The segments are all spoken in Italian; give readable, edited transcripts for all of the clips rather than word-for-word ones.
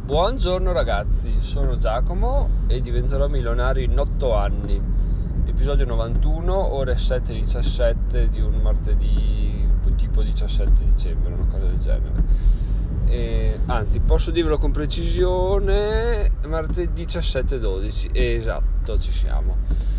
Buongiorno ragazzi, sono Giacomo e diventerò milionario in 8 anni. Episodio 91, ore 7:17 di un martedì tipo 17 dicembre, una cosa del genere. Anzi, posso dirvelo con precisione, martedì 17:12, esatto, ci siamo.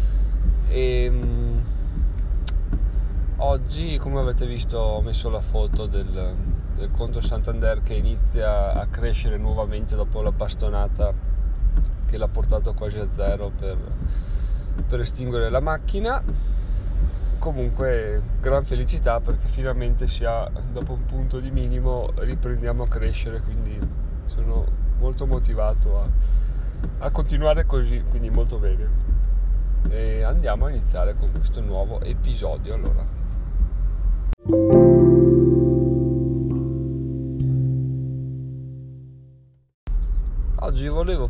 Oggi, come avete visto, ho messo la foto del conto Santander che inizia a crescere nuovamente dopo la bastonata che l'ha portato quasi a zero per estinguere la macchina. Comunque gran felicità, perché finalmente dopo un punto di minimo riprendiamo a crescere, quindi sono molto motivato a continuare così, quindi molto bene. E andiamo a iniziare con questo nuovo episodio. Allora, oggi volevo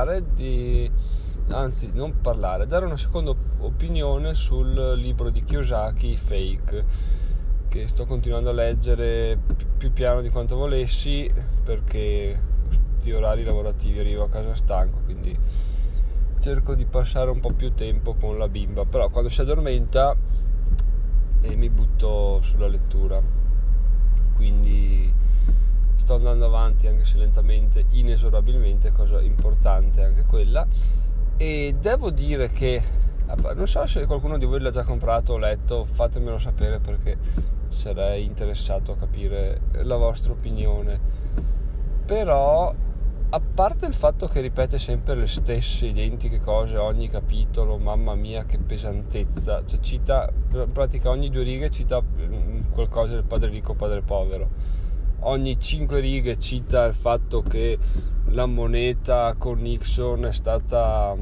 dare una seconda opinione sul libro di Kiyosaki, Fake, che sto continuando a leggere più piano di quanto volessi, perché questi orari lavorativi arrivo a casa stanco, quindi cerco di passare un po' più tempo con la bimba, però quando si addormenta mi butto sulla lettura, quindi sto andando avanti, anche se lentamente, inesorabilmente, cosa importante anche quella. E devo dire che, non so se qualcuno di voi l'ha già comprato o letto, fatemelo sapere, perché sarei interessato a capire la vostra opinione. Però, a parte il fatto che ripete sempre le stesse identiche cose ogni capitolo, mamma mia che pesantezza, cioè cita, in pratica ogni 2 righe cita qualcosa del padre ricco, padre povero, ogni 5 righe cita il fatto che la moneta con Nixon è stato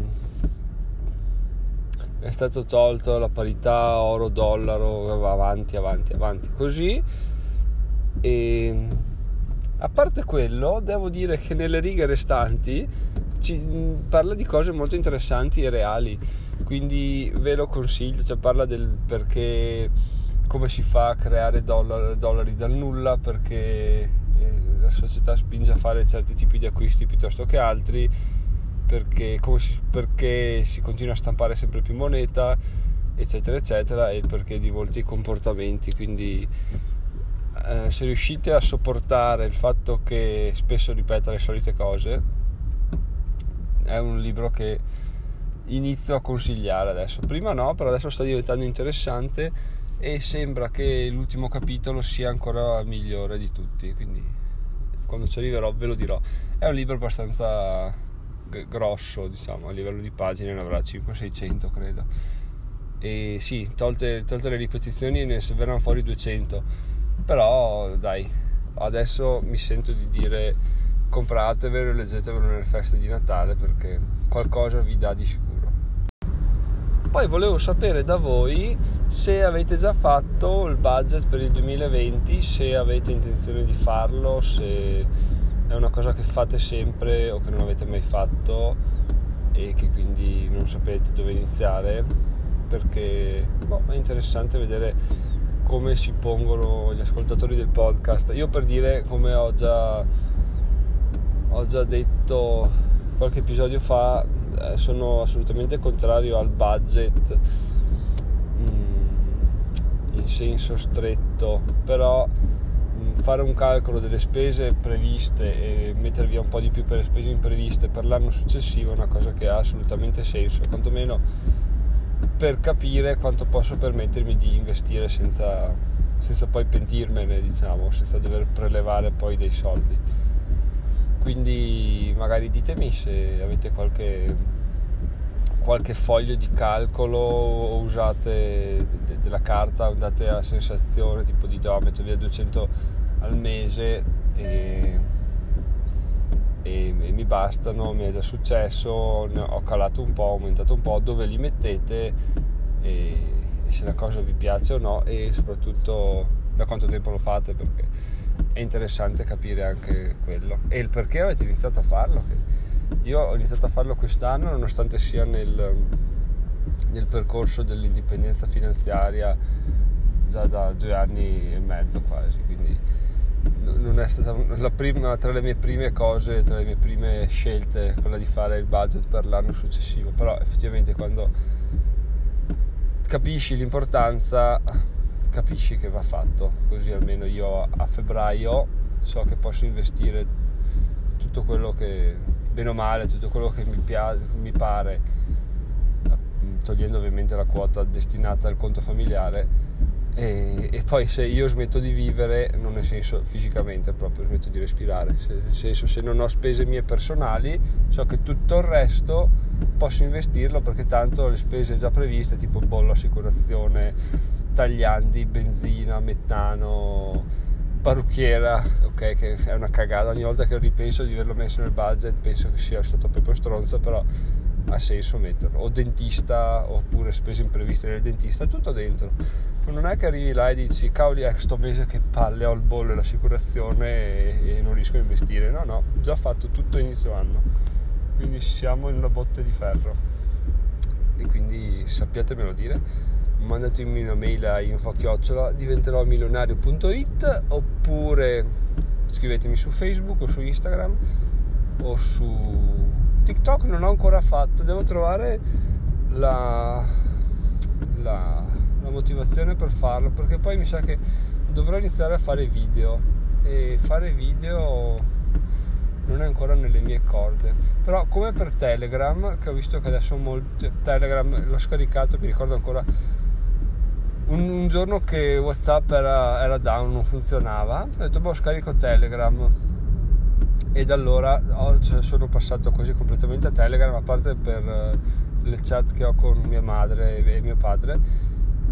tolto la parità oro-dollaro, avanti così. E a parte quello, devo dire che nelle righe restanti parla di cose molto interessanti e reali, quindi ve lo consiglio. Cioè, parla del perché, come si fa a creare dollari dal nulla, perché la società spinge a fare certi tipi di acquisti piuttosto che altri, perché si continua a stampare sempre più moneta, eccetera eccetera, e il perché di molti comportamenti. Quindi se riuscite a sopportare il fatto che spesso ripeta le solite cose, è un libro che inizio a consigliare adesso. Prima no, però adesso sta diventando interessante e sembra che l'ultimo capitolo sia ancora migliore di tutti, quindi quando ci arriverò ve lo dirò. È un libro abbastanza grosso, diciamo, a livello di pagine ne avrà 500-600 credo, e sì, tolte le ripetizioni ne verranno fuori 200. Però dai, adesso mi sento di dire compratevelo e leggetevelo nelle feste di Natale, perché qualcosa vi dà di sicuro. Poi volevo sapere da voi se avete già fatto il budget per il 2020, se avete intenzione di farlo, se è una cosa che fate sempre o che non avete mai fatto e che quindi non sapete dove iniziare, perché è interessante vedere come si pongono gli ascoltatori del podcast. Io, per dire, come ho già detto qualche episodio fa, sono assolutamente contrario al budget in senso stretto, però fare un calcolo delle spese previste e mettere via un po' di più per le spese impreviste per l'anno successivo è una cosa che ha assolutamente senso, quantomeno per capire quanto posso permettermi di investire senza poi pentirmene, diciamo, senza dover prelevare poi dei soldi. Quindi magari ditemi se avete qualche foglio di calcolo o usate della carta, andate a sensazione, tipo di metto via 200 al mese e mi bastano, mi è già successo, ho calato un po', ho aumentato un po', dove li mettete e se la cosa vi piace o no, e soprattutto da quanto tempo lo fate, perché è interessante capire anche quello e il perché avete iniziato a farlo. Io ho iniziato a farlo quest'anno, nonostante sia nel percorso dell'indipendenza finanziaria già da 2 anni e mezzo quasi, quindi non è stata la prima, tra le mie prime cose, tra le mie prime scelte, quella di fare il budget per l'anno successivo. Però effettivamente quando capisci l'importanza, capisci che va fatto. Così almeno io a febbraio so che posso investire tutto quello che, bene o male, tutto quello che mi pare, togliendo ovviamente la quota destinata al conto familiare. E poi se io smetto di vivere, non nel senso fisicamente, proprio smetto di respirare, nel senso, se non ho spese mie personali, so che tutto il resto posso investirlo, perché tanto le spese già previste, tipo bollo, assicurazione, tagliandi, benzina, metano, parrucchiera, ok, che è una cagata, ogni volta che ripenso di averlo messo nel budget penso che sia stato proprio stronzo, però ha senso metterlo. O dentista, oppure spese impreviste del dentista, tutto dentro. Non è che arrivi là e dici cavoli, sto mese che palle, ho il bollo e l'assicurazione e non riesco a investire. No, già fatto tutto inizio anno, quindi siamo in una botte di ferro. E quindi sappiatemelo dire, mandatemi una mail a info@diventeromilionario.it, oppure scrivetemi su Facebook o su Instagram o su TikTok. Non ho ancora fatto, devo trovare la motivazione per farlo, perché poi mi sa che dovrò iniziare a fare video, e fare video non è ancora nelle mie corde. Però come per Telegram, che ho visto che adesso Telegram l'ho scaricato, mi ricordo ancora un giorno che WhatsApp era down, non funzionava, ho detto scarico Telegram, e da allora sono passato quasi completamente a Telegram, a parte per le chat che ho con mia madre e mio padre,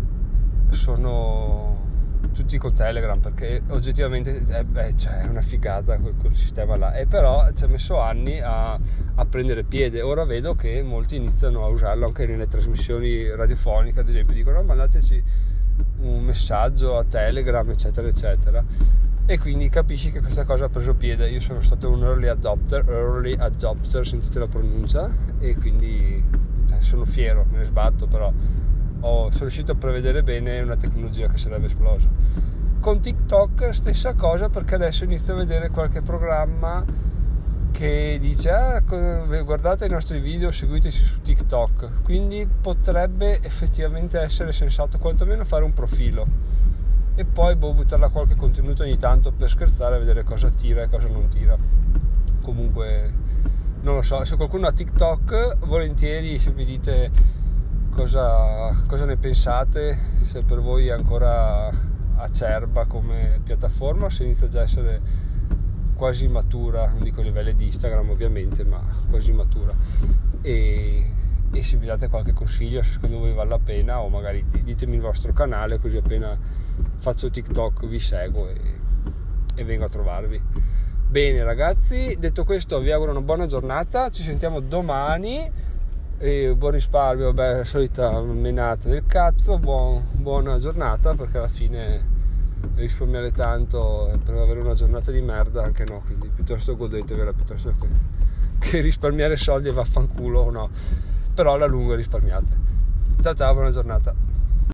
sono tutti con Telegram, perché oggettivamente è una figata quel sistema là, e però ci ha messo anni a prendere piede. Ora vedo che molti iniziano a usarlo anche nelle trasmissioni radiofoniche, ad esempio dicono mandateci un messaggio a Telegram, eccetera eccetera, e quindi capisci che questa cosa ha preso piede. Io sono stato un early adopter, sentite la pronuncia, e quindi sono fiero, me ne sbatto, però sono riuscito a prevedere bene una tecnologia che sarebbe esplosa. Con TikTok stessa cosa, perché adesso inizio a vedere qualche programma che dice guardate i nostri video, seguiteci su TikTok, quindi potrebbe effettivamente essere sensato quantomeno fare un profilo e poi buttare là qualche contenuto ogni tanto per scherzare, a vedere cosa tira e cosa non tira. Comunque non lo so, se qualcuno ha TikTok, volentieri, se mi dite cosa ne pensate, se per voi è ancora acerba come piattaforma o se inizia già a essere quasi matura, non dico a livelli di Instagram ovviamente, ma quasi matura, e se mi date qualche consiglio, se secondo voi vale la pena, o magari ditemi il vostro canale, così appena faccio TikTok vi seguo e vengo a trovarvi. Bene ragazzi, detto questo vi auguro una buona giornata, ci sentiamo domani. E buon risparmio, la solita menata del cazzo, buona giornata, perché alla fine risparmiare tanto per avere una giornata di merda anche no, quindi piuttosto godetevela, piuttosto che risparmiare soldi e vaffanculo, no, però alla lunga risparmiate. Ciao, buona giornata.